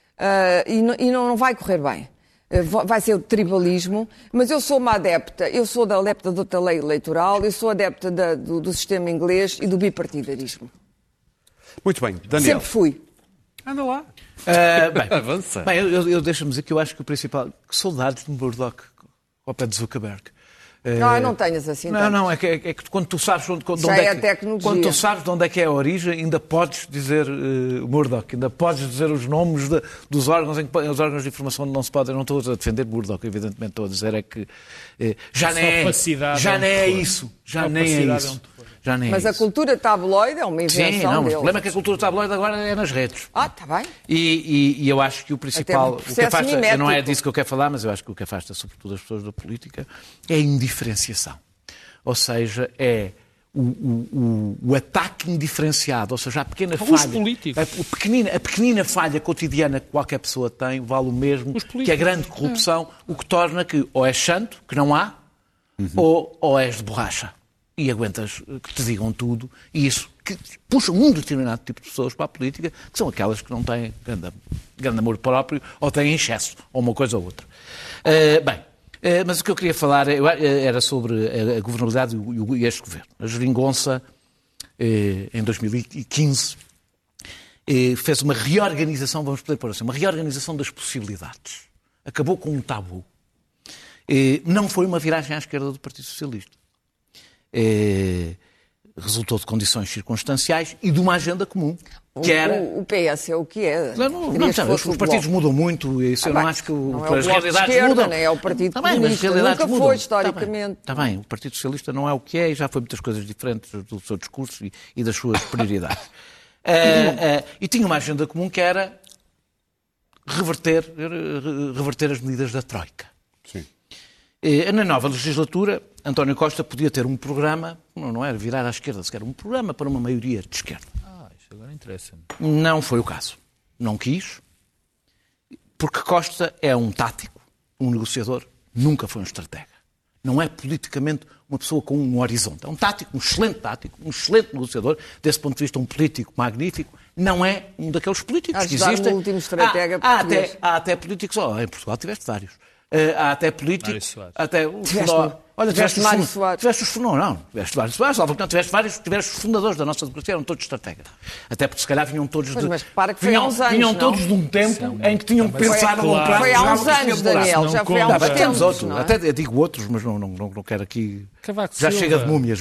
e não vai correr bem. Vai ser o tribalismo, mas eu sou uma adepta, adepta da outra lei eleitoral, eu sou adepta do sistema inglês e do bipartidarismo. Muito bem, Daniel. Sempre fui. Anda lá. Avança. Bem, eu deixo-me dizer que eu acho que o principal... Que saudades de Murdoch ao pé de Zuckerberg. Não tenhas assim. Não, é que quando tu sabes onde quando tu sabes de onde é que é a origem, ainda podes dizer Murdoch, ainda podes dizer os nomes dos órgãos os órgãos de informação não se podem. Não estou a defender Murdoch, evidentemente estou a dizer é que já nem é isso. Mas a cultura tabloide é uma invenção deles. O problema é que a cultura tabloide agora é nas redes. Está bem. E eu acho que o principal... O que afasta, não é disso que eu quero falar, mas eu acho que o que afasta, sobretudo, as pessoas da política é a indiferenciação. Ou seja, é o ataque indiferenciado. Ou seja, a pequena falha... Os políticos. A pequenina falha cotidiana que qualquer pessoa tem vale o mesmo que a grande corrupção, o que torna que ou és santo, que não há, ou és de borracha. E aguentas que te digam tudo, e isso que puxa um determinado tipo de pessoas para a política, que são aquelas que não têm grande amor próprio, ou têm excesso, ou uma coisa ou outra. Mas o que eu queria falar era sobre a governabilidade e este governo. A Geringonça, em 2015, fez uma reorganização, vamos poder pôr assim, uma reorganização das possibilidades. Acabou com um tabu. Não foi uma viragem à esquerda do Partido Socialista. Resultou de condições circunstanciais e de uma agenda comum. Que era... O PS é o que é. Os partidos mudam muito. Isso eu não acho que as realidades mudam. Nem é o Partido Comunista. Nunca foi, historicamente. Está bem, o Partido Socialista não é o que é e já foi muitas coisas diferentes do seu discurso e das suas prioridades. E tinha uma agenda comum que era reverter as medidas da Troika. Sim. Na nova legislatura, António Costa podia ter um programa, não era virar à esquerda sequer, um programa para uma maioria de esquerda. Isto agora interessa-me. Não foi o caso. Não quis, porque Costa é um tático, um negociador, nunca foi um estratega. Não é politicamente uma pessoa com um horizonte. É um tático, um excelente negociador, desse ponto de vista um político magnífico, não é um daqueles políticos que existem. O último estratega há até políticos, em Portugal tiveste vários. Há até políticos. Até o tiveste Mário Soares. Tiveste os Mário Soares, tiveste os fundadores da nossa democracia, eram todos estrategas. Até porque se calhar vinham todos mas repara que foi há uns anos, vinham todos de um tempo em que tinham pensado a longo prazo. Foi há uns anos, Daniel, já foi há uns tempos. Até digo outros, mas não quero aqui. Já chega de múmias.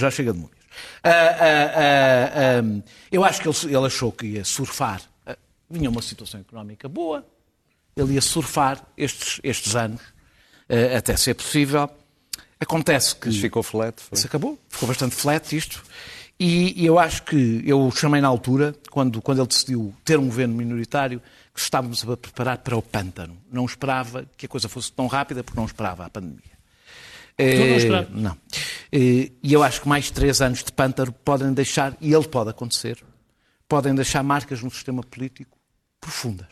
Eu acho que ele achou que ia surfar. Vinha uma situação económica boa, ele ia surfar estes anos, até ser possível. Acontece que... Mas ficou flat. Isso acabou. Ficou bastante flat isto. E eu acho que... Eu chamei na altura, quando ele decidiu ter um governo minoritário, que estávamos a preparar para o pântano. Não esperava que a coisa fosse tão rápida, porque não esperava a pandemia. Tu não esperava? Não. E eu acho que mais 3 anos de pântano podem deixar, e ele pode acontecer, podem deixar marcas no sistema político profundas.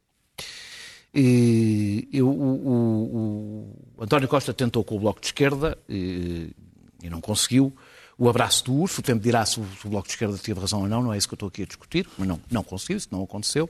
O António Costa tentou com o Bloco de Esquerda e não conseguiu. O abraço do urso, o tempo dirá se o Bloco de Esquerda teve razão ou não, não é isso que eu estou aqui a discutir, mas não conseguiu, isso não aconteceu.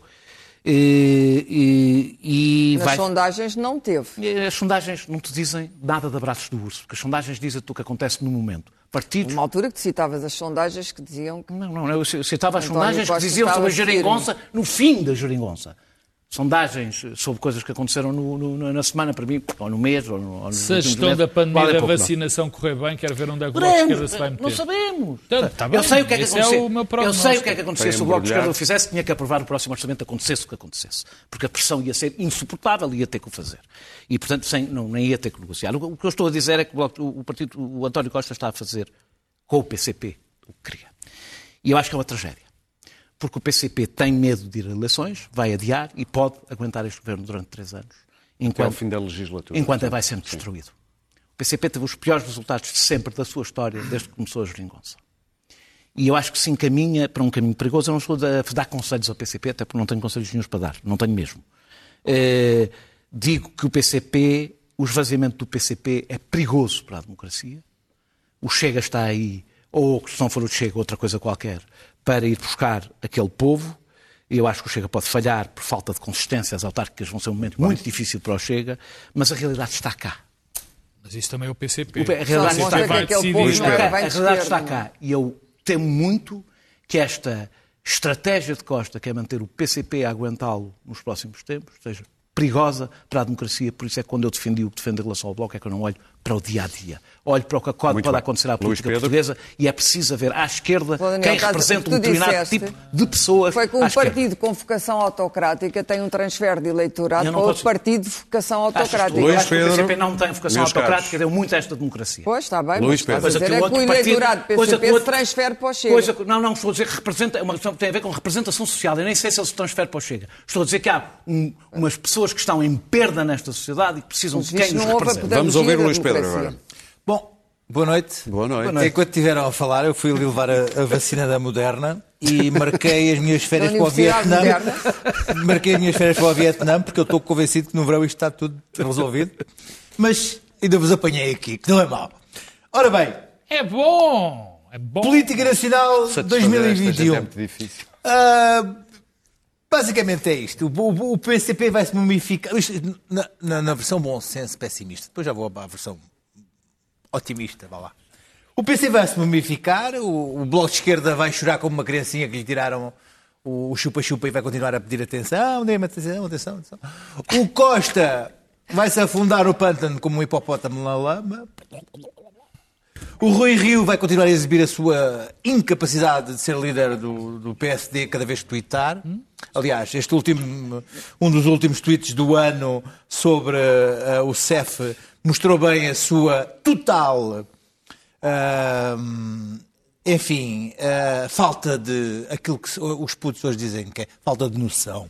Nas sondagens não teve. As sondagens não te dizem nada de abraços do urso, porque as sondagens dizem-te o que acontece no momento. Numa altura que citavas as sondagens que diziam que... Não, eu citava as sondagens que diziam sobre a geringonça no fim da geringonça. Sondagens sobre coisas que aconteceram na semana, para mim, ou no mês, ou no se a gestão da pandemia da vacinação correr bem, quero ver onde é que o Bloco de Esquerda se vai meter. Não sabemos. Eu sei o que é que aconteceu. Eu sei o que é que aconteceu se o Bloco de Esquerda o fizesse, tinha que aprovar o próximo orçamento, acontecesse o que acontecesse. Porque a pressão ia ser insuportável e ia ter que o fazer. E, portanto, nem ia ter que negociar. O que eu estou a dizer é que o António Costa está a fazer com o PCP o que queria. E eu acho que é uma tragédia. Porque o PCP tem medo de ir a eleições, vai adiar e pode aguentar este governo durante 3 anos. Até ao fim da legislatura. Enquanto vai sendo destruído. O PCP teve os piores resultados de sempre da sua história, desde que começou a geringonça. E eu acho que se encaminha para um caminho perigoso. Eu não estou a dar conselhos ao PCP, até porque não tenho conselhos nenhuns para dar. Não tenho mesmo. Digo que o esvaziamento do PCP é perigoso para a democracia. O Chega está aí, ou se não for o Chega, outra coisa qualquer, para ir buscar aquele povo. Eu acho que o Chega pode falhar por falta de consistência. As autárquicas vão ser um momento muito difícil para o Chega, mas a realidade está cá. Mas isso também é o PCP. A realidade está cá. E eu temo muito que esta estratégia de Costa, que é manter o PCP a aguentá-lo nos próximos tempos, seja perigosa para a democracia. Por isso é que quando eu defendi o que defendo em relação ao Bloco, é que eu não olho para o dia-a-dia. Olho para o que pode acontecer à política portuguesa e é preciso haver à esquerda quem representa um determinado tipo de pessoas. Foi que um partido com vocação autocrática tem um transfer de eleitorado para outro partido de vocação autocrática. Eu acho que o PCP não tem vocação autocrática, deu muito a esta democracia. Pois, está bem, mas estás a dizer é que o eleitorado do PCP se transfere para o Chega. Não, estou a dizer que tem a ver com representação social. Eu nem sei se ele se transfere para o Chega. Estou a dizer que há umas pessoas que estão em perda nesta sociedade e que precisam de quem nos representa. Vamos ouvir o Luís Pedro agora. Bom, boa noite. Boa noite. Enquanto estiveram a falar, eu fui ali levar a vacina da Moderna e marquei as minhas férias para o Vietnã. Marquei as minhas férias para o Vietnã porque eu estou convencido que no verão isto está tudo resolvido. Mas ainda vos apanhei aqui, que não é mau. Ora bem. É bom. Política Nacional 2021. É muito difícil. Basicamente é isto. O PCP vai se mumificar. Na versão bom senso pessimista. Depois já vou à versão otimista. Vá lá. O PC vai se mumificar. O Bloco de Esquerda vai chorar como uma criancinha que lhe tiraram o chupa-chupa e vai continuar a pedir atenção. Dê-me atenção, atenção, atenção. O Costa vai se afundar no pântano como um hipopótamo na lama. O Rui Rio vai continuar a exibir a sua incapacidade de ser líder do PSD cada vez que tweetar. Aliás, um dos últimos tweets do ano sobre o CEF mostrou bem a sua total, falta de aquilo que os putos hoje dizem que é falta de noção.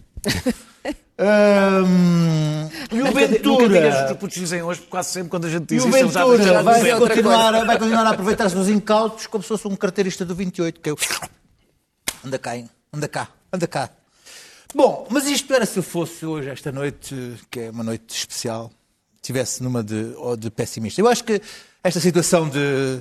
E o Ventura... Os putos dizem hoje, quase sempre quando a gente diz isso... E o Ventura vai continuar a aproveitar-se dos incautos como se fosse um carteirista do 28, que é o... Anda cá. Bom, mas isto era se eu fosse hoje, esta noite, que é uma noite especial, estivesse numa de pessimista. Eu acho que esta situação de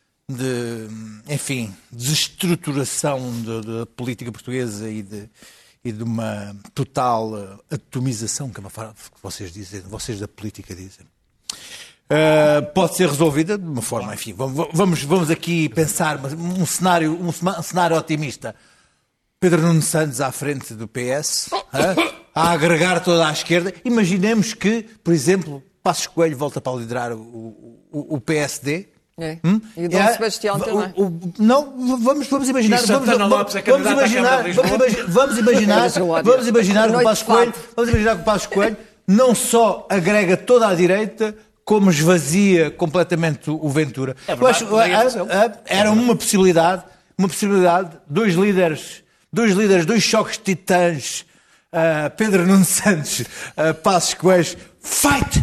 desestruturação da política portuguesa e de uma total atomização, que é uma frase que vocês dizem, vocês da política dizem, pode ser resolvida de uma forma, enfim, vamos aqui pensar um cenário otimista. Pedro Nuno Santos à frente do PS, a agregar toda a esquerda. Imaginemos que, por exemplo, Passos Coelho volta para liderar o PSD. É. E o Dom Sebastião também. Vamos imaginar. Vamos imaginar que o Passos Coelho não só agrega toda a direita, como esvazia completamente o Ventura. Era uma possibilidade, dois líderes, dois choques de titãs, Pedro Nuno Santos, Passos Coelho, fight!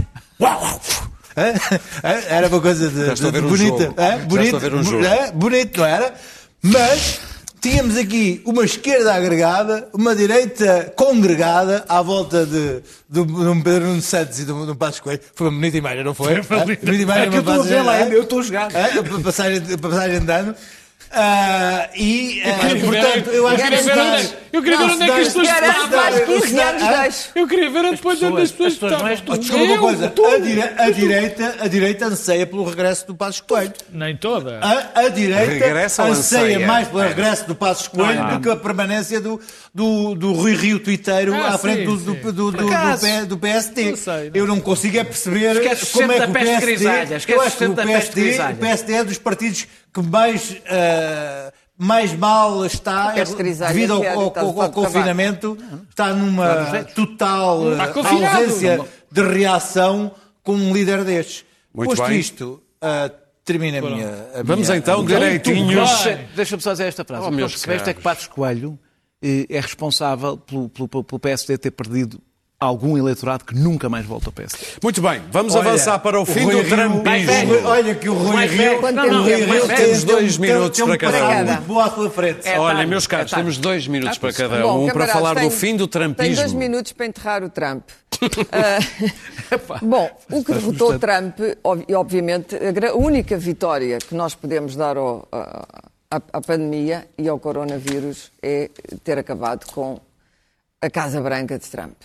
Era uma coisa bonita. Bonito, não era? Mas tínhamos aqui uma esquerda agregada, uma direita congregada à volta de Pedro Nuno Santos e do Passos Coelho. Foi uma bonita imagem, não foi? Bonita imagem, eu estou a jogar. Passagem de ano. Portanto, eu acho que eu queria ver onde é que as pessoas estavam. Eu queria ver depois onde as pessoas estavam. Desculpa uma coisa, a direita anseia pelo regresso do Passos Coelho. Nem toda. A direita anseia mais pelo regresso do Passos Coelho do que a permanência do Rui Rio tuiteiro à frente do PSD. Eu não consigo perceber como é que o PSD... Eu acho que o PSD é dos partidos que mais mal está, devido ao confinamento, está numa total ausência de reação com um líder destes. Posto isto, termina a minha... Vamos então direitinho... Deixa-me só dizer esta frase. O que percebeste é que Passos Coelho é responsável pelo PSD ter perdido algum eleitorado que nunca mais volta ao PSD. Muito bem, vamos avançar para o fim do trampismo. Olha que o Rui Rio temos 2 minutos para cada um. Muito boa à sua frente. Olha, meus caros, temos 2 minutos para cada um para falar do fim do trampismo. Tem 2 minutos para enterrar o Trump. Bom, o que derrotou o Trump, obviamente, a única vitória que nós podemos dar à pandemia e ao coronavírus é ter acabado com a Casa Branca de Trump.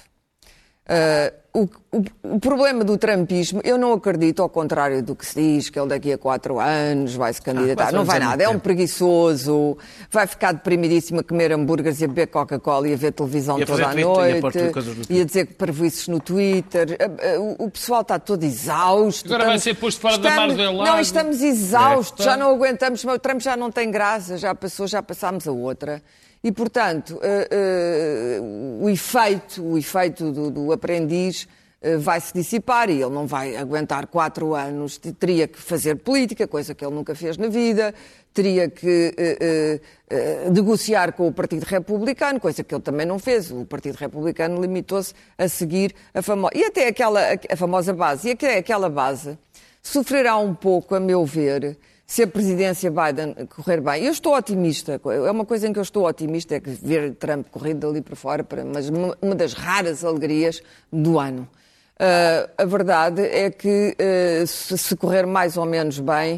O problema do trumpismo, eu não acredito, ao contrário do que se diz, que ele daqui a 4 anos vai se candidatar. Não vai nada, é um preguiçoso, vai ficar deprimidíssimo a comer hambúrgueres e a beber Coca-Cola e a ver televisão toda a noite e a dizer que parvoíces no Twitter. O pessoal está todo exausto. Agora vai ser posto fora da mar do lado. Não, estamos exaustos, já não aguentamos, o Trump já não tem graça, já passámos a outra. E, portanto, o efeito do aprendiz vai se dissipar e ele não vai aguentar 4 anos. Teria que fazer política, coisa que ele nunca fez na vida, teria que negociar com o Partido Republicano, coisa que ele também não fez. O Partido Republicano limitou-se a seguir a famosa base. E até aquela base sofrerá um pouco, a meu ver, se a presidência Biden correr bem. Eu estou otimista, é uma coisa em que eu estou otimista, é que ver Trump correr dali para fora, mas uma das raras alegrias do ano. A verdade é que se correr mais ou menos bem,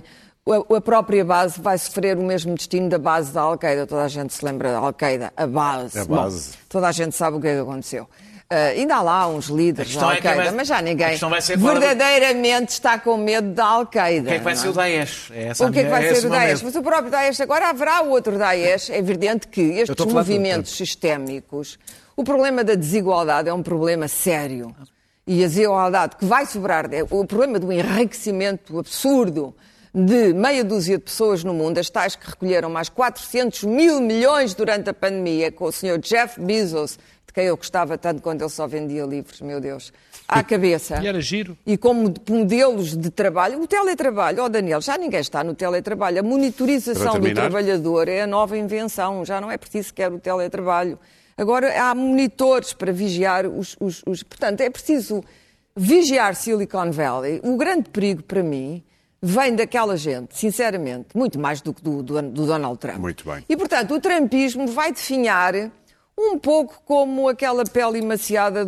a própria base vai sofrer o mesmo destino da base da Al-Qaeda. Toda a gente se lembra da Al-Qaeda, a base. Bom, toda a gente sabe o que é que aconteceu. Ainda há lá uns líderes da Al-Qaeda, mas já ninguém verdadeiramente está com medo da Al-Qaeda. O que é que vai ser o Daesh? O que é que vai ser o Daesh? Mas o próprio Daesh, agora haverá outro Daesh. É evidente que estes movimentos sistémicos, o problema da desigualdade é um problema sério. E a desigualdade que vai sobrar, o problema do enriquecimento absurdo de meia dúzia de pessoas no mundo, as tais que recolheram mais 400 mil milhões durante a pandemia, com o Sr. Jeff Bezos, de quem eu gostava tanto quando ele só vendia livros, meu Deus, à cabeça. E era giro. E como modelos de trabalho. O teletrabalho, Daniel, já ninguém está no teletrabalho. A monitorização do trabalhador é a nova invenção, já não é preciso sequer o teletrabalho. Agora há monitores para vigiar os... Portanto, é preciso vigiar Silicon Valley. O grande perigo para mim vem daquela gente, sinceramente, muito mais do que do Donald Trump. Muito bem. E, portanto, o trumpismo vai definhar um pouco como aquela pele emaciada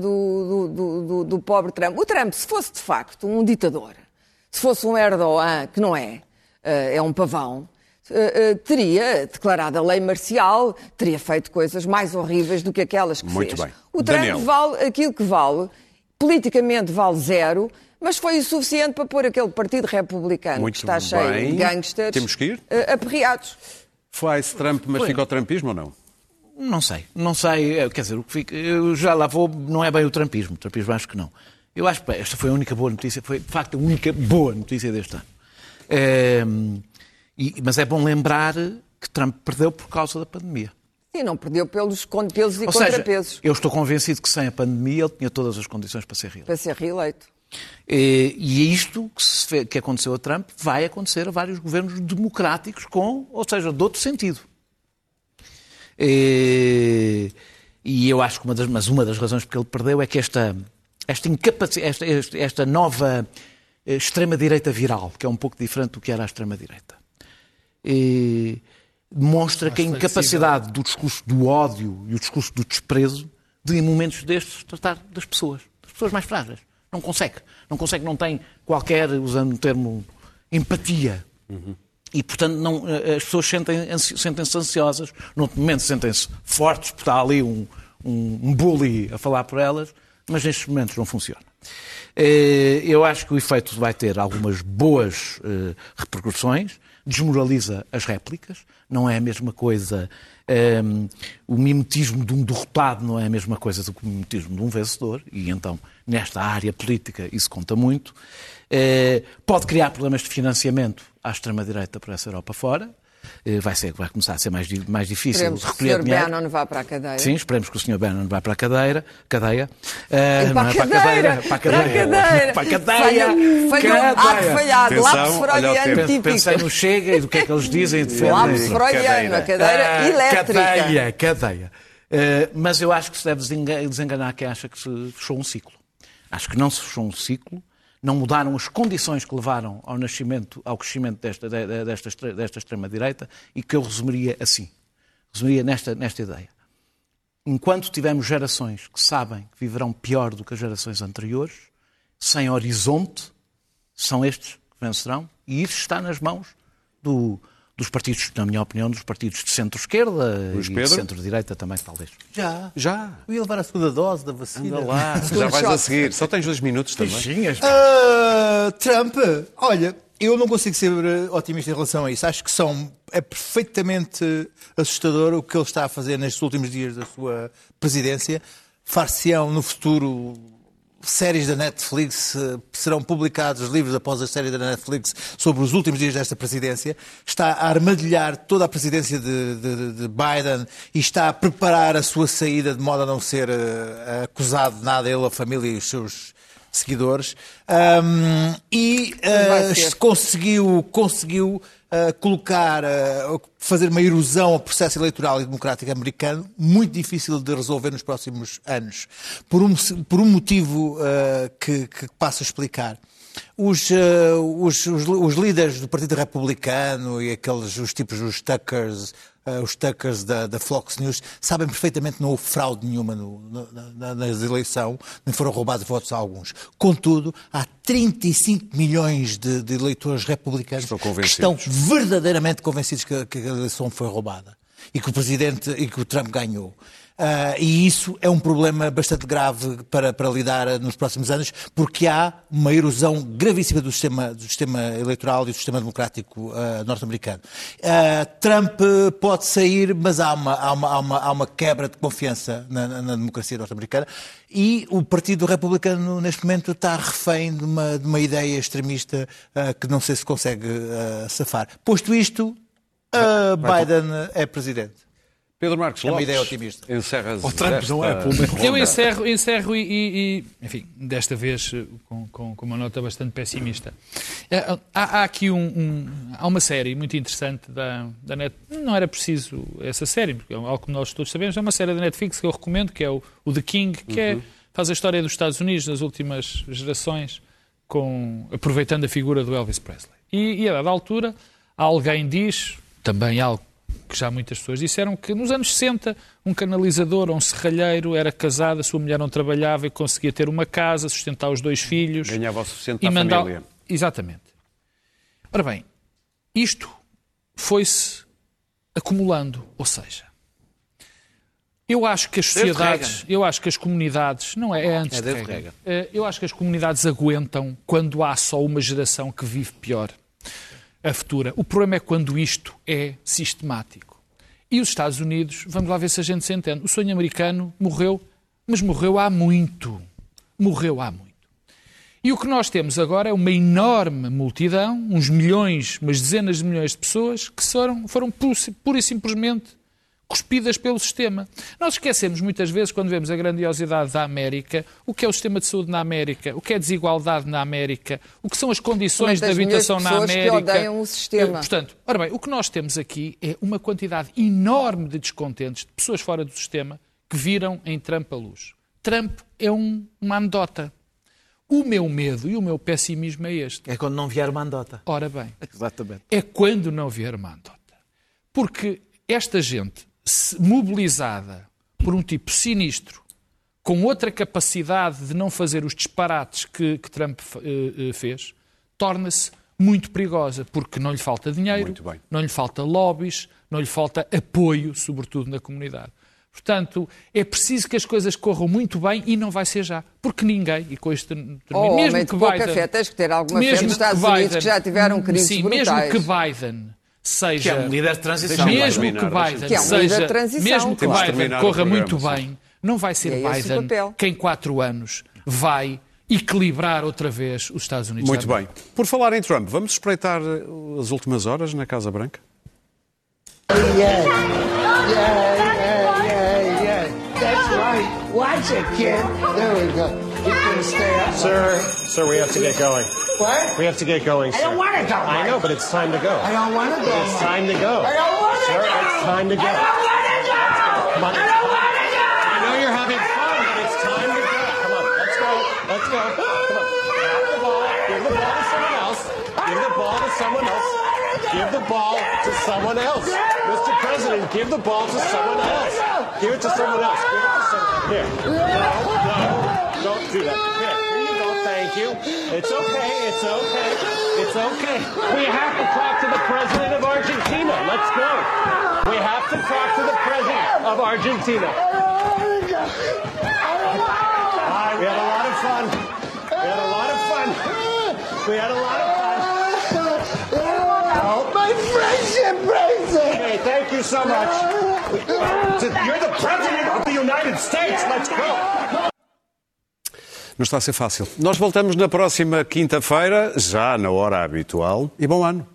do pobre Trump. O Trump, se fosse de facto um ditador, se fosse um Erdogan, que não é, é um pavão, teria declarado a lei marcial, teria feito coisas mais horríveis do que aquelas que muito fez. Bem. O Trump Daniel. vale aquilo que vale, politicamente vale zero, mas foi o suficiente para pôr aquele partido republicano muito que está cheio de gangsters Temos que ir? Aperreados. Foi-se Trump, mas fica o trumpismo ou não? Não sei, quer dizer, o que fica, eu já lá vou, não é bem o trumpismo acho que não. Eu acho que esta foi a única boa notícia, foi de facto a única boa notícia deste ano. Mas é bom lembrar que Trump perdeu por causa da pandemia. Sim, não perdeu pelos pesos e Ou seja, contrapesos. eu estou convencido que sem a pandemia ele tinha todas as condições para ser reeleito. Para ser reeleito. E é isto que aconteceu a Trump vai acontecer a vários governos democráticos ou seja, de outro sentido. E eu acho que uma das razões porque ele perdeu é que esta nova extrema-direita viral, que é um pouco diferente do que era a extrema-direita, demonstra que a incapacidade do discurso do ódio e o discurso do desprezo de, em momentos destes, tratar das pessoas mais frágeis. Não consegue, não tem qualquer, usando o termo, empatia. E, portanto, as pessoas sentem-se ansiosas, num outro momento sentem-se fortes, porque está ali um bully a falar por elas, mas nestes momentos não funciona. Eu acho que o efeito vai ter algumas boas repercussões, desmoraliza as réplicas, não é a mesma coisa, o mimetismo de um derrotado não é a mesma coisa do que o mimetismo de um vencedor, e então, nesta área política, isso conta muito. Pode criar problemas de financiamento à extrema-direita por essa Europa fora. Vai começar a ser mais difícil recolher dinheiro. Esperemos que o Sr. Bannon vá para a cadeia. Sim, esperemos que o Sr. Bannon vá para a cadeia. Para a cadeia. Ato falhado, lápis freudiano típico. Pensei no Chega e do que é que eles dizem e defendem. Lápis freudiano, a cadeira elétrica. Cadeia. Mas eu acho que se deve desenganar quem acha que se fechou um ciclo. Acho que não se fechou um ciclo. Não mudaram as condições que levaram ao crescimento desta extrema-direita e que eu resumiria assim. Resumiria nesta ideia. Enquanto tivermos gerações que sabem que viverão pior do que as gerações anteriores, sem horizonte, são estes que vencerão, e isso está nas mãos dos partidos, na minha opinião, dos partidos de centro-esquerda e de centro-direita também, talvez. Já. Eu ia levar a segunda dose da vacina. Anda lá, já vais a seguir. Só tens 2 minutos também. Trump, olha, eu não consigo ser otimista em relação a isso. Acho que é perfeitamente assustador o que ele está a fazer nestes últimos dias da sua presidência. Far-se-ão no futuro séries da Netflix, serão publicados livros após a série da Netflix sobre os últimos dias desta presidência, está a armadilhar toda a presidência de Biden e está a preparar a sua saída de modo a não ser acusado de nada, ele, a família e os seus seguidores, conseguiu fazer uma erosão ao processo eleitoral e democrático americano muito difícil de resolver nos próximos anos, por um motivo que passo a explicar. os líderes do Partido Republicano e os Tuckers da Fox News sabem perfeitamente que não houve fraude nenhuma nas eleições, nem foram roubados votos a alguns. Contudo, há 35 milhões de eleitores republicanos que estão verdadeiramente convencidos que a eleição foi roubada e que o Trump ganhou. E isso é um problema bastante grave para lidar nos próximos anos, porque há uma erosão gravíssima do sistema eleitoral e do sistema democrático norte-americano. Trump pode sair, mas há uma quebra de confiança na democracia norte-americana, e o Partido Republicano neste momento está refém de uma ideia extremista que não sei se consegue safar. Posto isto, Biden é presidente. Pedro Marcos Lopes, é uma ideia otimista. Encerras o Trump não é, pelo menos. Eu encerro e enfim, desta vez com uma nota bastante pessimista. Há aqui há uma série muito interessante da Net. Não era preciso essa série, porque é algo que nós todos sabemos. É uma série da Netflix que eu recomendo, que é o The King, que faz a história dos Estados Unidos nas últimas gerações, aproveitando a figura do Elvis Presley. E a dada altura, alguém diz, também algo que já muitas pessoas disseram, que nos anos 60 um canalizador ou um serralheiro era casado, a sua mulher não trabalhava e conseguia ter uma casa, sustentar os 2 filhos. Ganhava o suficiente para a família. Exatamente. Ora bem, isto foi-se acumulando, ou seja, eu acho que as sociedades, eu acho que as comunidades, não é antes de Reagan. Eu acho que as comunidades aguentam quando há só uma geração que vive pior. A futura. O problema é quando isto é sistemático. E os Estados Unidos, vamos lá ver se a gente se entende. O sonho americano morreu, mas morreu há muito. Morreu há muito. E o que nós temos agora é uma enorme multidão, uns milhões, umas dezenas de milhões de pessoas que foram pura e simplesmente cuspidas pelo sistema. Nós esquecemos muitas vezes, quando vemos a grandiosidade da América, o que é o sistema de saúde na América, o que é a desigualdade na América, o que são as condições de habitação na América. Que odeiam o sistema. Portanto, ora bem, o que nós temos aqui é uma quantidade enorme de descontentes, de pessoas fora do sistema, que viram em Trump a luz. Trump é uma anedota. O meu medo e o meu pessimismo é este. É quando não vier uma anedota. Ora bem. Exatamente. É quando não vier uma anedota. Porque esta gente mobilizada por um tipo sinistro, com outra capacidade de não fazer os disparates que Trump fez, torna-se muito perigosa, porque não lhe falta dinheiro, não lhe falta lobbies, não lhe falta apoio, sobretudo na comunidade. Portanto, é preciso que as coisas corram muito bem e não vai ser já. Porque ninguém, e com isto termino, mesmo que Biden... Fé, tens que ter alguma fé nos Estados Unidos que já tiveram crises brutais. Mesmo que Biden seja... Que é um líder de transição. Mesmo que Biden corra muito bem, não vai ser Biden que em 4 anos vai equilibrar outra vez os Estados Unidos. Muito bem. Por falar em Trump, vamos espreitar as últimas horas na Casa Branca? That's right. Watch it, kid. There we go. You can stay up. Sir, we have to get going. What? We have to get going, sir. I don't want to go. I know, but it's time to go. I don't want to go. It's time to go. I don't want to Sir, go. it's time to go. I don't want to go. Come on. I don't want to go. I know you're having fun, but it's time to go. Come on, let's go. Let's go. Come on. Grab the ball. Give the ball to someone else. Give the ball to someone else. Give the ball to someone else. Mr. President, give the ball to someone else. Give it to someone else. Give it to someone. Here. No. Don't do that. Here you go. Thank you. It's okay. It's okay. It's okay. We have to talk to the president of Argentina. Let's go. We have to talk to the president of Argentina. We had a lot of fun. We had a lot of fun. We had a lot of fun. My friendship breaks it. Hey, thank you so much. You're the president of the United States. Let's go. Não está a ser fácil. Nós voltamos na próxima quinta-feira, já na hora habitual. E bom ano.